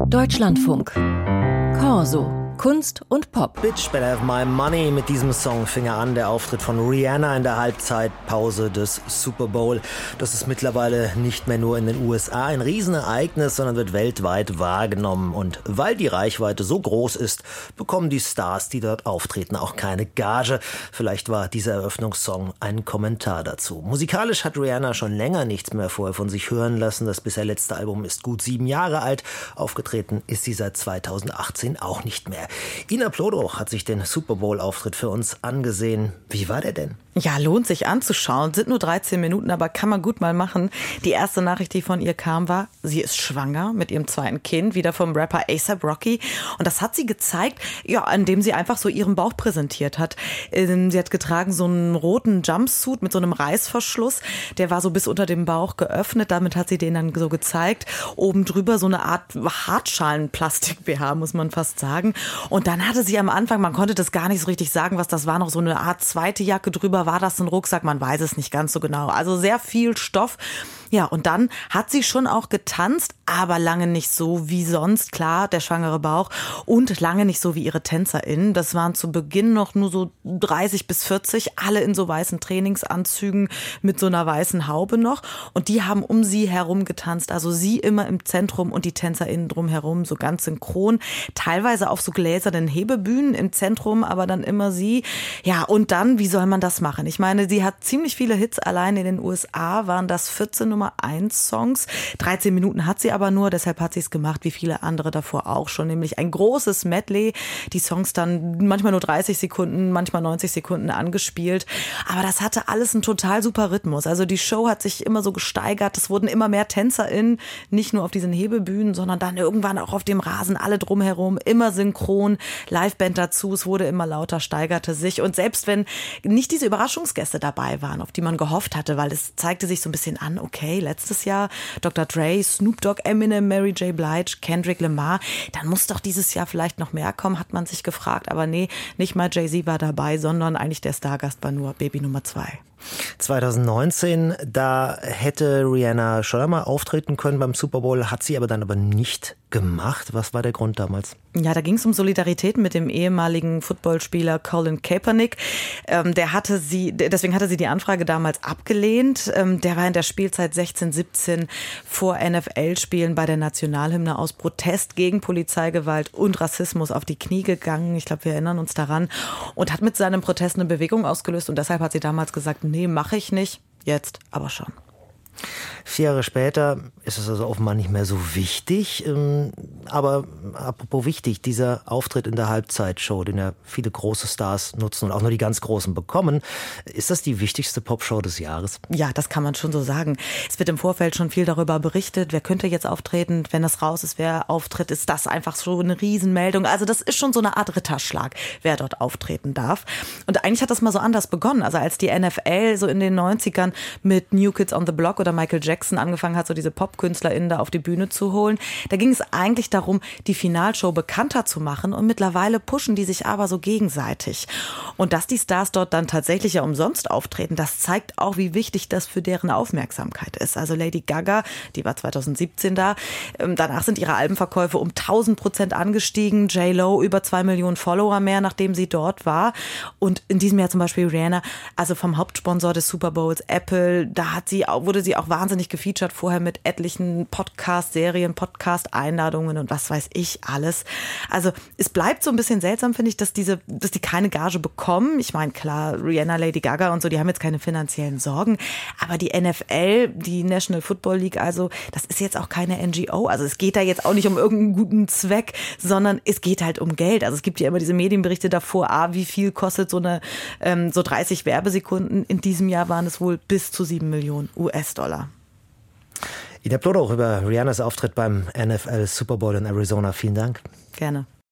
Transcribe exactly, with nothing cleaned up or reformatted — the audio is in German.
Deutschlandfunk. Corso. Kunst und Pop. Bitch Better Have My Money. Mit diesem Song fing er an, der Auftritt von Rihanna in der Halbzeitpause des Super Bowl. Das ist mittlerweile nicht mehr nur in den U S A ein Riesenereignis, sondern wird weltweit wahrgenommen. Und weil die Reichweite so groß ist, bekommen die Stars, die dort auftreten, auch keine Gage. Vielleicht war dieser Eröffnungssong ein Kommentar dazu. Musikalisch hat Rihanna schon länger nichts mehr vorher von sich hören lassen. Das bisher letzte Album ist gut sieben Jahre alt. Aufgetreten ist sie seit zweitausendachtzehn auch nicht mehr. Ina Plodroch hat sich den Super Bowl-Auftritt für uns angesehen. Wie war der denn? Ja, lohnt sich anzuschauen. Sind nur dreizehn Minuten, aber kann man gut mal machen. Die erste Nachricht, die von ihr kam, war, sie ist schwanger mit ihrem zweiten Kind, wieder vom Rapper A$AP Rocky. Und das hat sie gezeigt, ja, indem sie einfach so ihren Bauch präsentiert hat. Sie hat getragen so einen roten Jumpsuit mit so einem Reißverschluss. Der war so bis unter dem Bauch geöffnet. Damit hat sie den dann so gezeigt. Oben drüber so eine Art Hartschalen-Plastik-B H, muss man fast sagen. Und dann hatte sie am Anfang, man konnte das gar nicht so richtig sagen, was das war, noch so eine Art zweite Jacke drüber. War das ein Rucksack? Man weiß es nicht ganz so genau. Also sehr viel Stoff. Ja, und dann hat sie schon auch getanzt, aber lange nicht so wie sonst. Klar, der schwangere Bauch und lange nicht so wie ihre TänzerInnen. Das waren zu Beginn noch nur so dreißig bis vierzig, alle in so weißen Trainingsanzügen mit so einer weißen Haube noch. Und die haben um sie herum getanzt. Also sie immer im Zentrum und die TänzerInnen drumherum, so ganz synchron. Teilweise auf so gläsernen Hebebühnen im Zentrum, aber dann immer sie. Ja, und dann, wie soll man das machen? Ich meine, sie hat ziemlich viele Hits. Allein in den U S A waren das vierzehn Nummer eins Songs. dreizehn Minuten hat sie aber nur, deshalb hat sie es gemacht, wie viele andere davor auch schon, nämlich ein großes Medley. Die Songs dann manchmal nur dreißig Sekunden, manchmal neunzig Sekunden angespielt. Aber das hatte alles einen total super Rhythmus. Also die Show hat sich immer so gesteigert. Es wurden immer mehr TänzerInnen, nicht nur auf diesen Hebebühnen, sondern dann irgendwann auch auf dem Rasen, alle drumherum, immer synchron, Liveband dazu. Es wurde immer lauter, steigerte sich. Und selbst wenn nicht diese Überraschungsgäste dabei waren, auf die man gehofft hatte, weil es zeigte sich so ein bisschen an, okay, letztes Jahr Doktor Dre, Snoop Dogg, Eminem, Mary J. Blige, Kendrick Lamar, dann muss doch dieses Jahr vielleicht noch mehr kommen, hat man sich gefragt. Aber nee, nicht mal Jay-Z war dabei, sondern eigentlich der Stargast war nur Baby Nummer zwei. zweitausendneunzehn, da hätte Rihanna schon einmal auftreten können beim Super Bowl, hat sie aber dann aber nicht gemacht. Was war der Grund damals? Ja, da ging es um Solidarität mit dem ehemaligen Footballspieler Colin Kaepernick. Ähm, der hatte sie, deswegen hatte sie die Anfrage damals abgelehnt. Ähm, der war in der Spielzeit sechzehn siebzehn vor N F L-Spielen bei der Nationalhymne aus Protest gegen Polizeigewalt und Rassismus auf die Knie gegangen. Ich glaube, wir erinnern uns daran. Und hat mit seinem Protest eine Bewegung ausgelöst. Und deshalb hat sie damals gesagt, nee, mache ich nicht. Jetzt aber schon. Vier Jahre später ist es also offenbar nicht mehr so wichtig. Aber apropos wichtig, dieser Auftritt in der Halbzeitshow, den ja viele große Stars nutzen und auch nur die ganz Großen bekommen, ist das die wichtigste Popshow des Jahres? Ja, das kann man schon so sagen. Es wird im Vorfeld schon viel darüber berichtet, wer könnte jetzt auftreten, wenn das raus ist, wer auftritt, ist das einfach so eine Riesenmeldung. Also das ist schon so eine Art Ritterschlag, wer dort auftreten darf. Und eigentlich hat das mal so anders begonnen. Also als die N F L so in den neunzigern mit New Kids on the Block oder Michael Jackson angefangen hat, so diese PopkünstlerInnen da auf die Bühne zu holen. Da ging es eigentlich darum, die Finalshow bekannter zu machen und mittlerweile pushen die sich aber so gegenseitig. Und dass die Stars dort dann tatsächlich ja umsonst auftreten, das zeigt auch, wie wichtig das für deren Aufmerksamkeit ist. Also Lady Gaga, die war zweitausendsiebzehn da, danach sind ihre Albenverkäufe um tausend Prozent angestiegen, J-Lo über zwei Millionen Follower mehr, nachdem sie dort war. Und in diesem Jahr zum Beispiel Rihanna, also vom Hauptsponsor des Super Bowls, Apple, da hat sie, wurde sie auch wahnsinnig gefeatured, vorher mit etlichen Podcast-Serien, Podcast-Einladungen und was weiß ich alles. Also es bleibt so ein bisschen seltsam, finde ich, dass diese, dass die keine Gage bekommen. Ich meine, klar, Rihanna, Lady Gaga und so, die haben jetzt keine finanziellen Sorgen, aber die N F L, die National Football League, also das ist jetzt auch keine N G O. Also es geht da jetzt auch nicht um irgendeinen guten Zweck, sondern es geht halt um Geld. Also es gibt ja immer diese Medienberichte davor, ah, wie viel kostet so eine, ähm, so dreißig Werbesekunden. In diesem Jahr waren es wohl bis zu sieben Millionen U S-Dollar. Ina Plodroch über Rihannas Auftritt beim N F L Super Bowl in Arizona. Vielen Dank. Gerne.